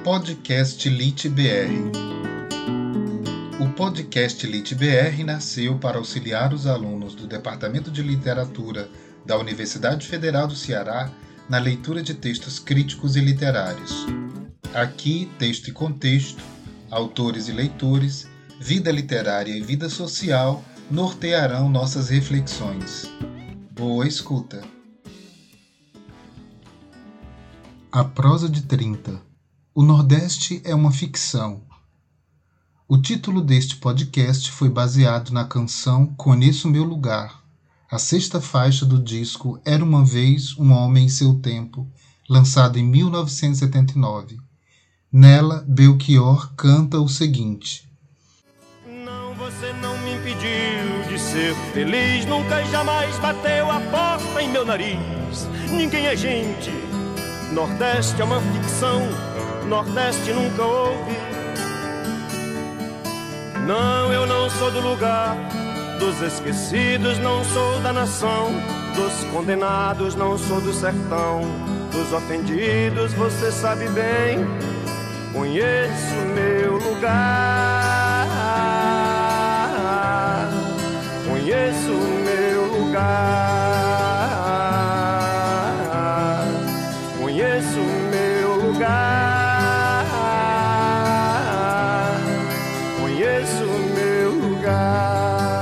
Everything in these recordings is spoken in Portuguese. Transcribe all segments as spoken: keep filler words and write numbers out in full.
Podcast LitBR. O podcast LitBR nasceu para auxiliar os alunos do Departamento de Literatura da Universidade Federal do Ceará na leitura de textos críticos e literários. Aqui, texto e contexto, autores e leitores, vida literária e vida social nortearão nossas reflexões. Boa escuta! A prosa de trinta. O Nordeste é uma ficção. O título deste podcast foi baseado na canção Conheço Meu Lugar, a sexta faixa do disco Era Uma Vez um Homem em Seu Tempo, lançado em mil novecentos e setenta e nove. Nela, Belchior canta o seguinte: Não, você não me impediu de ser feliz, nunca e jamais bateu a porta em meu nariz. Ninguém é gente, Nordeste é uma ficção, Nordeste nunca houve. Não, eu não sou do lugar dos esquecidos, não sou da nação dos condenados, não sou do sertão dos ofendidos, você sabe bem, conheço meu lugar, conheço meu lugar, conheço meu lugar, conheço meu lugar.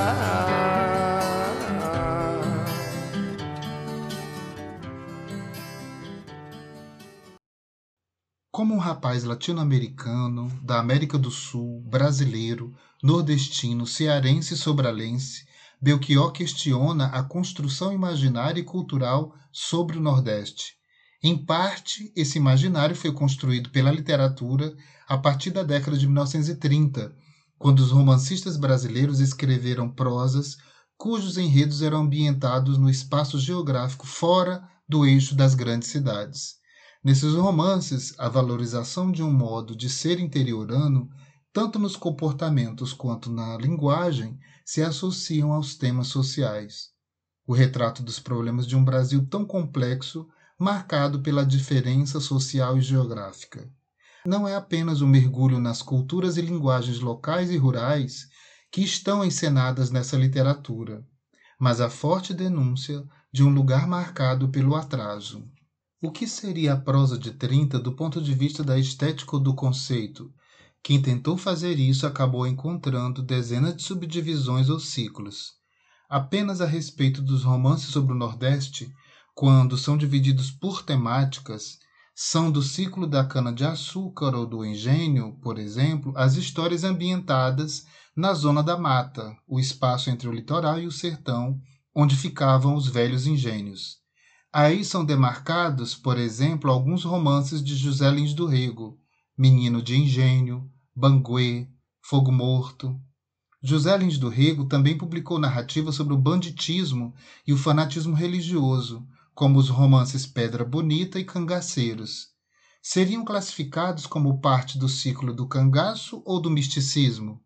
Como um rapaz latino-americano, da América do Sul, brasileiro, nordestino, cearense e sobralense, Belchior questiona a construção imaginária e cultural sobre o Nordeste. Em parte, esse imaginário foi construído pela literatura a partir da década de mil novecentos e trinta, quando os romancistas brasileiros escreveram prosas cujos enredos eram ambientados no espaço geográfico fora do eixo das grandes cidades. Nesses romances, a valorização de um modo de ser interiorano, tanto nos comportamentos quanto na linguagem, se associam aos temas sociais. O retrato dos problemas de um Brasil tão complexo, marcado pela diferença social e geográfica. Não é apenas o mergulho nas culturas e linguagens locais e rurais que estão encenadas nessa literatura, mas a forte denúncia de um lugar marcado pelo atraso. O que seria a prosa de trinta do ponto de vista da estética ou do conceito? Quem tentou fazer isso acabou encontrando dezenas de subdivisões ou ciclos. Apenas a respeito dos romances sobre o Nordeste, quando são divididos por temáticas, são do ciclo da cana-de-açúcar ou do engenho, por exemplo, as histórias ambientadas na zona da mata, o espaço entre o litoral e o sertão, onde ficavam os velhos engenhos. Aí são demarcados, por exemplo, alguns romances de José Lins do Rego, Menino de Engenho, Banguê, Fogo Morto. José Lins do Rego também publicou narrativas sobre o banditismo e o fanatismo religioso, como os romances Pedra Bonita e Cangaceiros. Seriam classificados como parte do ciclo do cangaço ou do misticismo?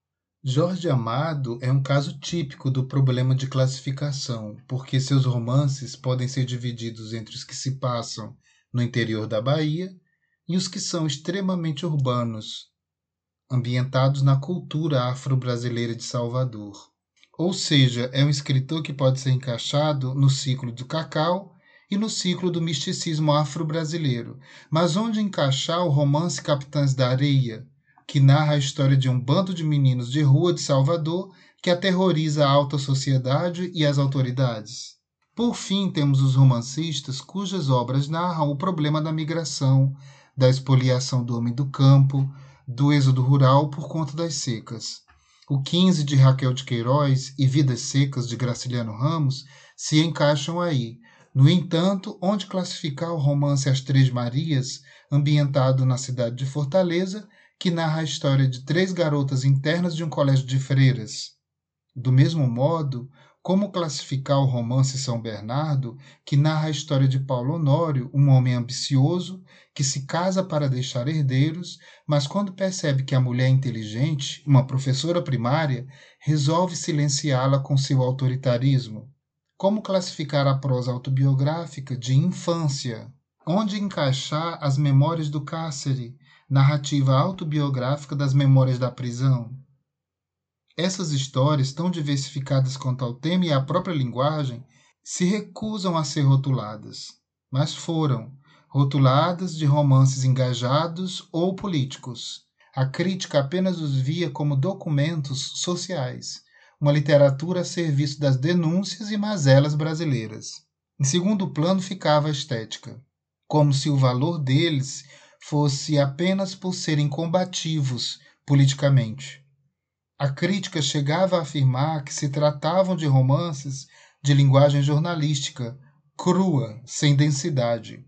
Jorge Amado é um caso típico do problema de classificação, porque seus romances podem ser divididos entre os que se passam no interior da Bahia e os que são extremamente urbanos, ambientados na cultura afro-brasileira de Salvador. Ou seja, é um escritor que pode ser encaixado no ciclo do cacau e no ciclo do misticismo afro-brasileiro, mas onde encaixar o romance Capitães da Areia, que narra a história de um bando de meninos de rua de Salvador que aterroriza a alta sociedade e as autoridades. Por fim, temos os romancistas cujas obras narram o problema da migração, da expoliação do homem do campo, do êxodo rural por conta das secas. O quinze de Raquel de Queiroz e Vidas Secas de Graciliano Ramos se encaixam aí. No entanto, onde classificar o romance As Três Marias, ambientado na cidade de Fortaleza, que narra a história de três garotas internas de um colégio de freiras? Do mesmo modo, como classificar o romance São Bernardo, que narra a história de Paulo Honório, um homem ambicioso, que se casa para deixar herdeiros, mas quando percebe que a mulher é inteligente, uma professora primária, resolve silenciá-la com seu autoritarismo? Como classificar a prosa autobiográfica de infância? Onde encaixar as memórias do cárcere, narrativa autobiográfica das memórias da prisão? Essas histórias, tão diversificadas quanto ao tema e à própria linguagem, se recusam a ser rotuladas, mas foram rotuladas de romances engajados ou políticos. A crítica apenas os via como documentos sociais, uma literatura a serviço das denúncias e mazelas brasileiras. Em segundo plano ficava a estética, como se o valor deles fosse apenas por serem combativos politicamente. A crítica chegava a afirmar que se tratavam de romances de linguagem jornalística, crua, sem densidade.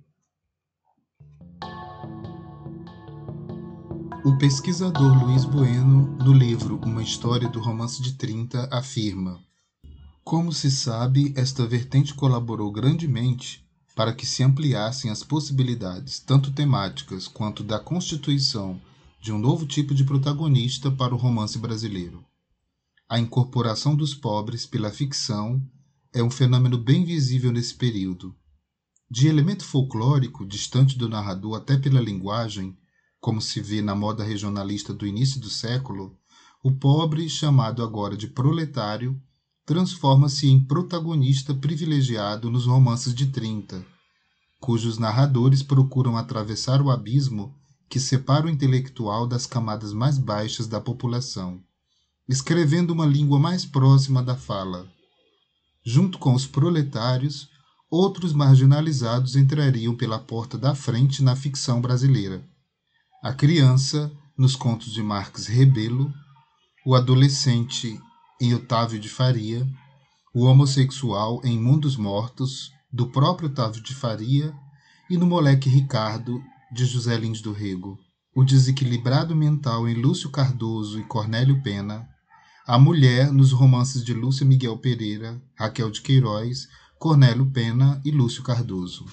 O pesquisador Luiz Bueno, no livro Uma História do Romance de trinta, afirma: como se sabe, esta vertente colaborou grandemente para que se ampliassem as possibilidades, tanto temáticas quanto da constituição de um novo tipo de protagonista para o romance brasileiro. A incorporação dos pobres pela ficção é um fenômeno bem visível nesse período. De elemento folclórico, distante do narrador até pela linguagem, como se vê na moda regionalista do início do século, o pobre, chamado agora de proletário, transforma-se em protagonista privilegiado nos romances de trinta, cujos narradores procuram atravessar o abismo que separa o intelectual das camadas mais baixas da população, escrevendo uma língua mais próxima da fala. Junto com os proletários, outros marginalizados entrariam pela porta da frente na ficção brasileira. A criança, nos contos de Marques Rebelo, o adolescente em Otávio de Faria, o homossexual em Mundos Mortos, do próprio Otávio de Faria, e no Moleque Ricardo, de José Lins do Rego, o desequilibrado mental em Lúcio Cardoso e Cornélio Pena, a mulher nos romances de Lúcia Miguel Pereira, Raquel de Queiroz, Cornélio Pena e Lúcio Cardoso.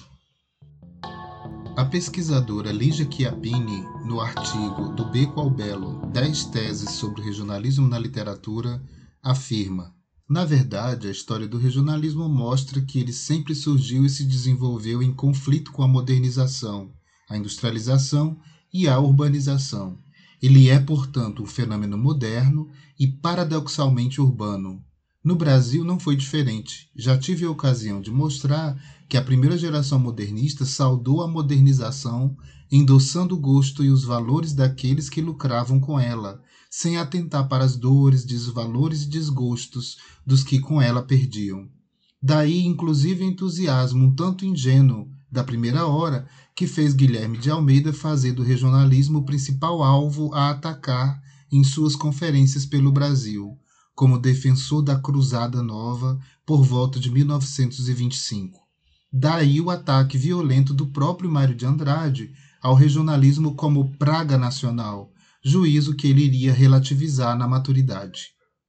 A pesquisadora Lígia Chiappini, no artigo Do Beco ao Belo, dez teses sobre o regionalismo na literatura, afirma: na verdade, a história do regionalismo mostra que ele sempre surgiu e se desenvolveu em conflito com a modernização, a industrialização e a urbanização. Ele é, portanto, um fenômeno moderno e paradoxalmente urbano. No Brasil não foi diferente. Já tive a ocasião de mostrar que a primeira geração modernista saudou a modernização, endossando o gosto e os valores daqueles que lucravam com ela, sem atentar para as dores, desvalores e desgostos dos que com ela perdiam. Daí, inclusive, o entusiasmo um tanto ingênuo da primeira hora que fez Guilherme de Almeida fazer do regionalismo o principal alvo a atacar em suas conferências pelo Brasil, como defensor da Cruzada Nova por volta de mil novecentos e vinte e cinco. Daí o ataque violento do próprio Mário de Andrade ao regionalismo como praga nacional, juízo que ele iria relativizar na maturidade.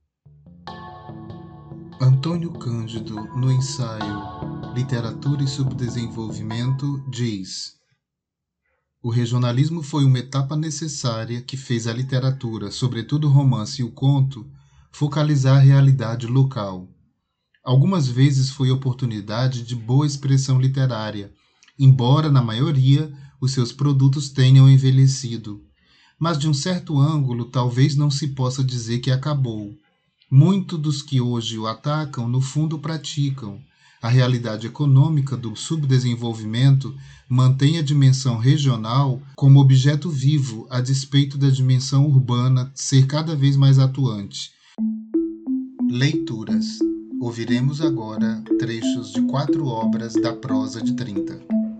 Antônio Cândido, no ensaio Literatura e Subdesenvolvimento, diz: o regionalismo foi uma etapa necessária que fez a literatura, sobretudo o romance e o conto, focalizar a realidade local. Algumas vezes foi oportunidade de boa expressão literária, embora, na maioria, os seus produtos tenham envelhecido. Mas, de um certo ângulo, talvez não se possa dizer que acabou. Muitos dos que hoje o atacam, no fundo, praticam. A realidade econômica do subdesenvolvimento mantém a dimensão regional como objeto vivo, a despeito da dimensão urbana ser cada vez mais atuante. Leituras. Ouviremos agora trechos de quatro obras da prosa de trinta.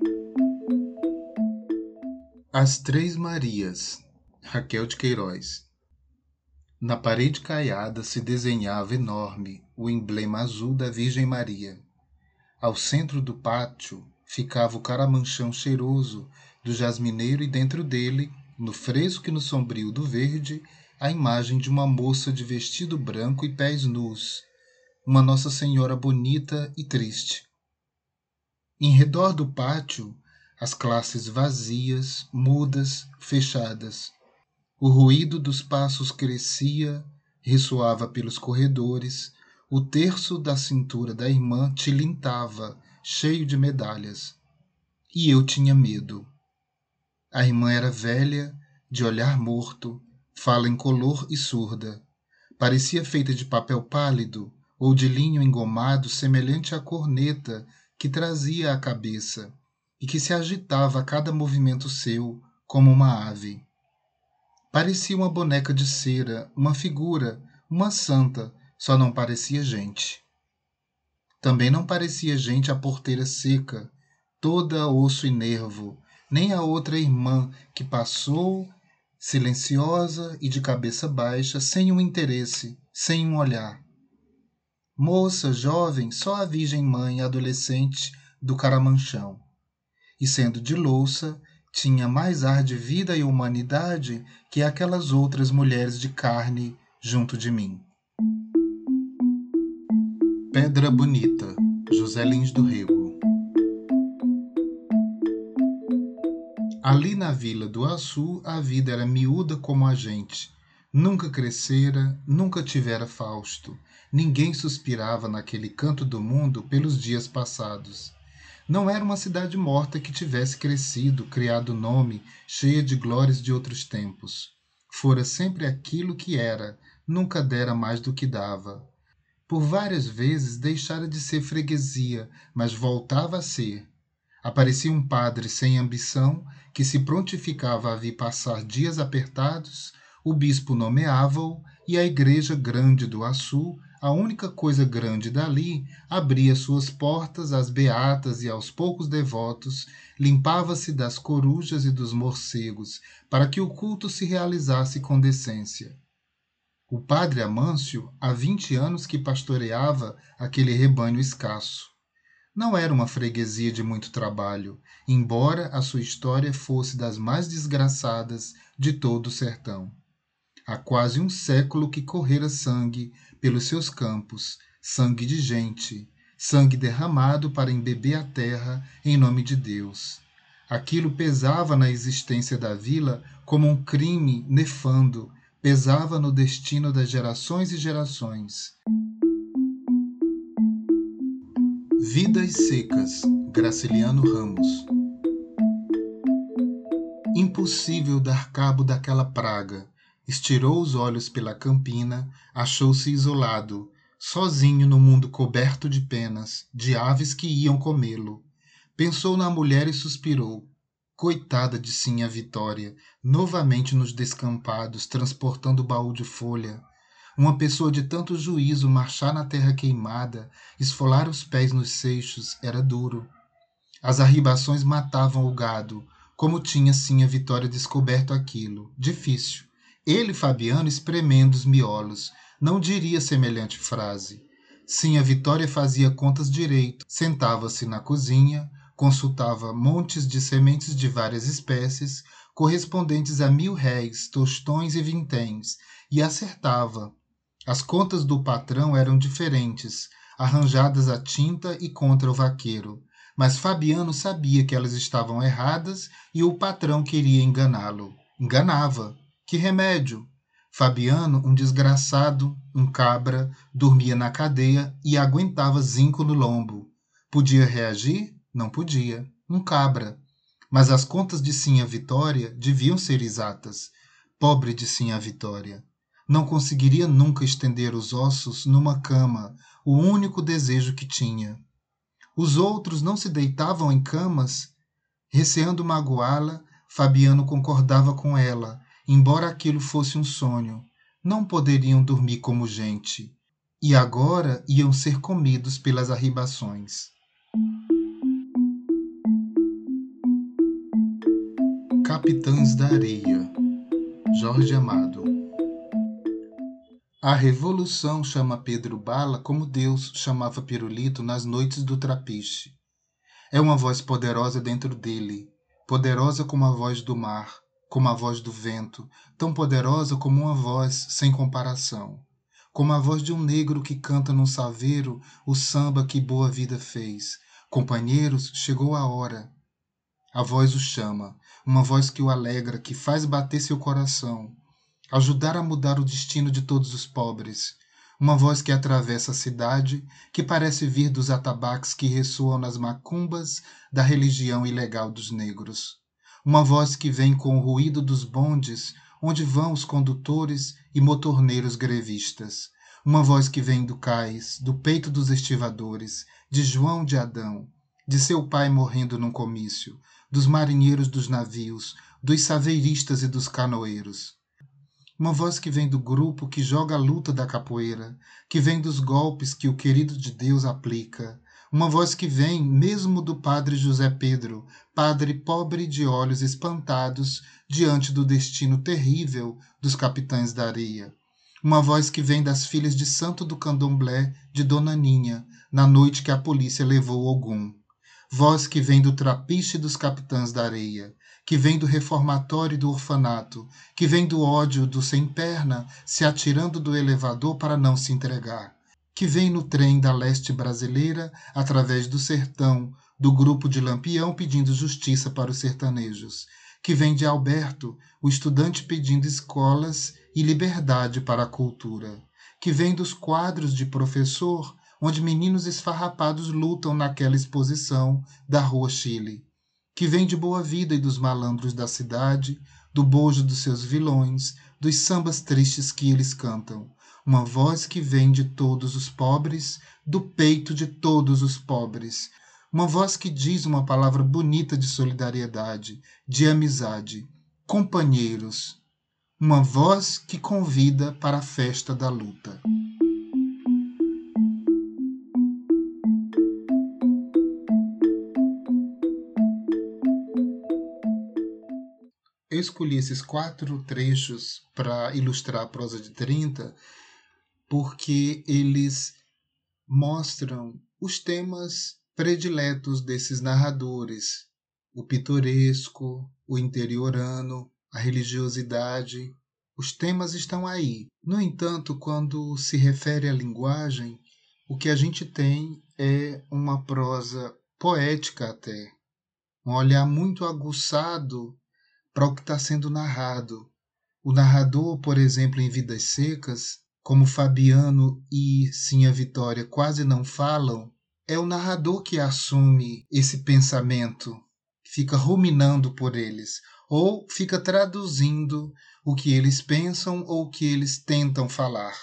As Três Marias, Raquel de Queiroz. Na parede caiada se desenhava enorme o emblema azul da Virgem Maria. Ao centro do pátio ficava o caramanchão cheiroso do jasmineiro e dentro dele, no fresco e no sombrio do verde, a imagem de uma moça de vestido branco e pés nus, uma Nossa Senhora bonita e triste. Em redor do pátio, as classes vazias, mudas, fechadas. O ruído dos passos crescia, ressoava pelos corredores, o terço da cintura da irmã tilintava, cheio de medalhas. E eu tinha medo. A irmã era velha, de olhar morto, fala incolor e surda. Parecia feita de papel pálido ou de linho engomado semelhante à corneta que trazia à cabeça e que se agitava a cada movimento seu, como uma ave. Parecia uma boneca de cera, uma figura, uma santa, só não parecia gente. Também não parecia gente a porteira seca, toda osso e nervo, nem a outra irmã que passou, silenciosa e de cabeça baixa, sem um interesse, sem um olhar. Moça, jovem, só a virgem mãe adolescente do Caramanchão. E sendo de louça, tinha mais ar de vida e humanidade que aquelas outras mulheres de carne junto de mim. Pedra Bonita, José Lins do Rego. Ali na vila do Açu, a vida era miúda como a gente. Nunca crescera, nunca tivera Fausto. Ninguém suspirava naquele canto do mundo pelos dias passados. Não era uma cidade morta que tivesse crescido, criado nome, cheia de glórias de outros tempos. Fora sempre aquilo que era, nunca dera mais do que dava. Por várias vezes deixara de ser freguesia, mas voltava a ser. Aparecia um padre sem ambição, que se prontificava a vir passar dias apertados, o bispo nomeava-o, e a igreja grande do Açu, a única coisa grande dali, abria suas portas às beatas e aos poucos devotos, limpava-se das corujas e dos morcegos, para que o culto se realizasse com decência. O padre Amâncio, há vinte anos que pastoreava aquele rebanho escasso. Não era uma freguesia de muito trabalho, embora a sua história fosse das mais desgraçadas de todo o sertão. Há quase um século que correra sangue pelos seus campos, sangue de gente, sangue derramado para embeber a terra em nome de Deus. Aquilo pesava na existência da vila como um crime nefando, pesava no destino das gerações e gerações. Vidas Secas, Graciliano Ramos. Impossível dar cabo daquela praga. Estirou os olhos pela campina, achou-se isolado, sozinho no mundo coberto de penas, de aves que iam comê-lo. Pensou na mulher e suspirou. Coitada de Sinha Vitória, novamente nos descampados, transportando baú de folha. Uma pessoa de tanto juízo marchar na terra queimada, esfolar os pés nos seixos, era duro. As arribações matavam o gado, como tinha Sinha Vitória descoberto aquilo. Difícil. Ele, Fabiano, espremendo os miolos, não diria semelhante frase. Sinha Vitória fazia contas direito, sentava-se na cozinha, consultava montes de sementes de várias espécies, correspondentes a mil réis, tostões e vinténs, e acertava. As contas do patrão eram diferentes, arranjadas à tinta e contra o vaqueiro, mas Fabiano sabia que elas estavam erradas e o patrão queria enganá-lo. Enganava. Que remédio? Fabiano, um desgraçado, um cabra, dormia na cadeia e aguentava zinco no lombo. Podia reagir? Não podia. Um cabra. Mas as contas de Sinha Vitória deviam ser exatas. Pobre de Sinha Vitória. Não conseguiria nunca estender os ossos numa cama, o único desejo que tinha. Os outros não se deitavam em camas? Receando magoá-la, Fabiano concordava com ela, embora aquilo fosse um sonho. Não poderiam dormir como gente. E agora iam ser comidos pelas arribações. Capitães da Areia, Jorge Amado. A Revolução chama Pedro Bala como Deus chamava Pirulito nas noites do trapiche. É uma voz poderosa dentro dele, poderosa como a voz do mar, como a voz do vento, tão poderosa como uma voz sem comparação, como a voz de um negro que canta num saveiro o samba que boa vida fez. Companheiros, chegou a hora. A voz o chama, uma voz que o alegra, que faz bater seu coração, ajudar a mudar o destino de todos os pobres, uma voz que atravessa a cidade, que parece vir dos atabaques que ressoam nas macumbas da religião ilegal dos negros. Uma voz que vem com o ruído dos bondes, onde vão os condutores e motorneiros grevistas. Uma voz que vem do cais, do peito dos estivadores, de João de Adão, de seu pai morrendo num comício, dos marinheiros dos navios, dos saveiristas e dos canoeiros. Uma voz que vem do grupo que joga a luta da capoeira, que vem dos golpes que o querido de Deus aplica. Uma voz que vem mesmo do padre José Pedro, padre pobre de olhos espantados diante do destino terrível dos capitães da areia. Uma voz que vem das filhas de Santo do Candomblé de Dona Ninha, na noite que a polícia levou Ogum. Voz que vem do trapiche dos capitães da areia, que vem do reformatório e do orfanato, que vem do ódio do sem-perna se atirando do elevador para não se entregar, que vem no trem da leste brasileira, através do sertão, do grupo de Lampião pedindo justiça para os sertanejos, que vem de Alberto, o estudante pedindo escolas e liberdade para a cultura, que vem dos quadros de professor, onde meninos esfarrapados lutam naquela exposição da Rua Chile, que vem de Boa Vida e dos malandros da cidade, do bojo dos seus vilões, dos sambas tristes que eles cantam. Uma voz que vem de todos os pobres, do peito de todos os pobres. Uma voz que diz uma palavra bonita de solidariedade, de amizade. Companheiros. Uma voz que convida para a festa da luta. Eu escolhi esses quatro trechos para ilustrar a prosa de trinta, porque eles mostram os temas prediletos desses narradores: o pitoresco, o interiorano, a religiosidade. Os temas estão aí. No entanto, quando se refere à linguagem, o que a gente tem é uma prosa poética até, um olhar muito aguçado para o que está sendo narrado. O narrador, por exemplo, em Vidas Secas, como Fabiano e Sinha Vitória quase não falam, é o narrador que assume esse pensamento, fica ruminando por eles, ou fica traduzindo o que eles pensam ou o que eles tentam falar.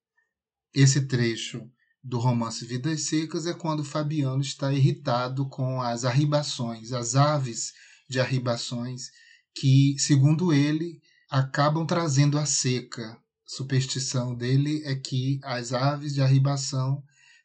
Esse trecho do romance Vidas Secas é quando Fabiano está irritado com as arribações, as aves de arribações, que, segundo ele, acabam trazendo a seca. A superstição dele é que as aves de arribação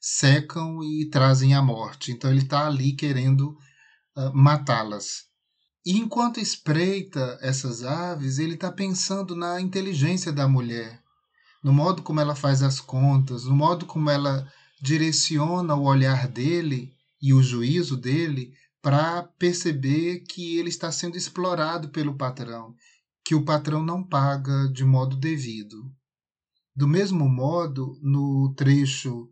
secam e trazem a morte. Então ele está ali querendo uh, matá-las. E enquanto espreita essas aves, ele está pensando na inteligência da mulher, no modo como ela faz as contas, no modo como ela direciona o olhar dele e o juízo dele para perceber que ele está sendo explorado pelo patrão, que o patrão não paga de modo devido. Do mesmo modo, no trecho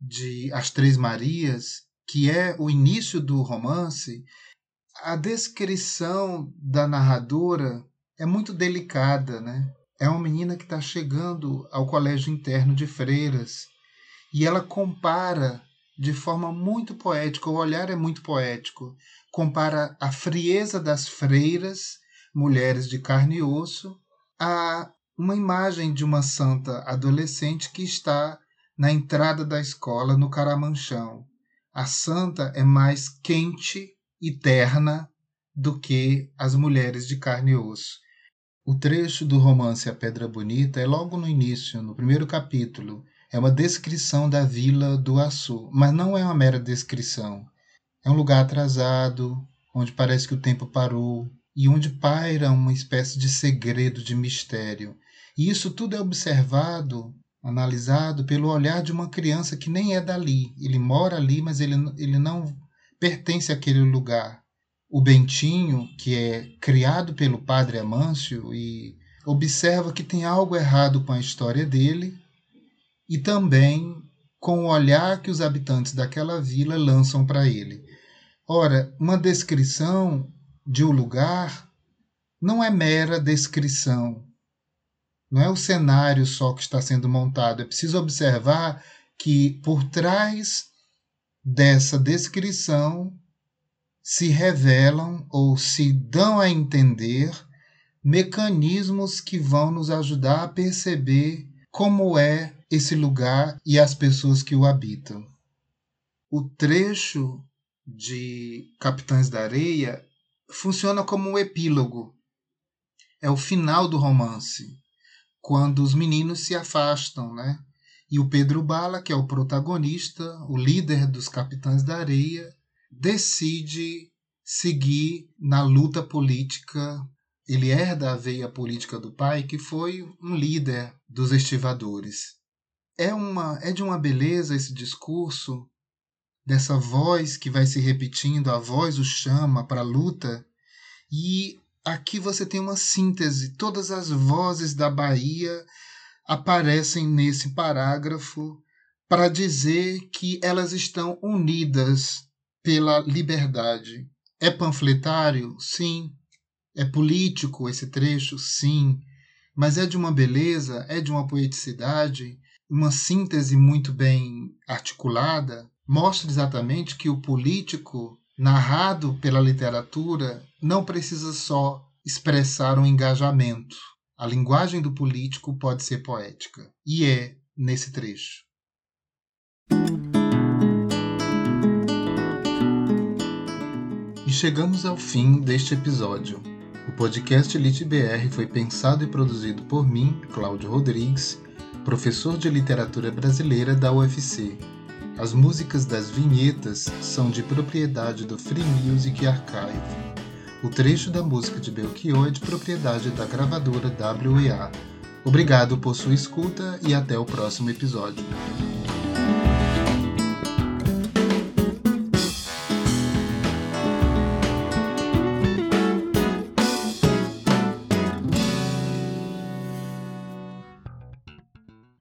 de As Três Marias, que é o início do romance, a descrição da narradora é muito delicada, né? É uma menina que está chegando ao colégio interno de freiras e ela compara de forma muito poética, o olhar é muito poético, compara a frieza das freiras, mulheres de carne e osso, a uma imagem de uma santa adolescente que está na entrada da escola no Caramanchão. A santa é mais quente e terna do que as mulheres de carne e osso. O trecho do romance A Pedra Bonita é logo no início, no primeiro capítulo. É uma descrição da vila do Açu, mas não é uma mera descrição. É um lugar atrasado, onde parece que o tempo parou, e onde paira uma espécie de segredo, de mistério. E isso tudo é observado, analisado pelo olhar de uma criança que nem é dali. Ele mora ali, mas ele, ele não pertence àquele lugar. O Bentinho, que é criado pelo padre Amâncio, e observa que tem algo errado com a história dele, e também com o olhar que os habitantes daquela vila lançam para ele. Ora, uma descrição de um lugar não é mera descrição. Não é o cenário só que está sendo montado. É preciso observar que por trás dessa descrição se revelam ou se dão a entender mecanismos que vão nos ajudar a perceber como é esse lugar e as pessoas que o habitam. O trecho de Capitães da Areia funciona como um epílogo. É o final do romance, quando os meninos se afastam, né? E o Pedro Bala, que é o protagonista, o líder dos Capitães da Areia, decide seguir na luta política. Ele herda a veia política do pai, que foi um líder dos estivadores. É, uma, é de uma beleza esse discurso, dessa voz que vai se repetindo, a voz o chama para a luta. E aqui você tem uma síntese. Todas as vozes da Bahia aparecem nesse parágrafo para dizer que elas estão unidas pela liberdade. É panfletário? Sim. É político esse trecho? Sim. Mas é de uma beleza, é de uma poeticidade, uma síntese muito bem articulada. Mostra exatamente que o político, narrado pela literatura, não precisa só expressar um engajamento. A linguagem do político pode ser poética. E é nesse trecho. E chegamos ao fim deste episódio. O podcast LitBR foi pensado e produzido por mim, Cláudio Rodrigues, professor de literatura brasileira da U F C. As músicas das vinhetas são de propriedade do Free Music Archive. O trecho da música de Belchior é de propriedade da gravadora W E A. Obrigado por sua escuta e até o próximo episódio.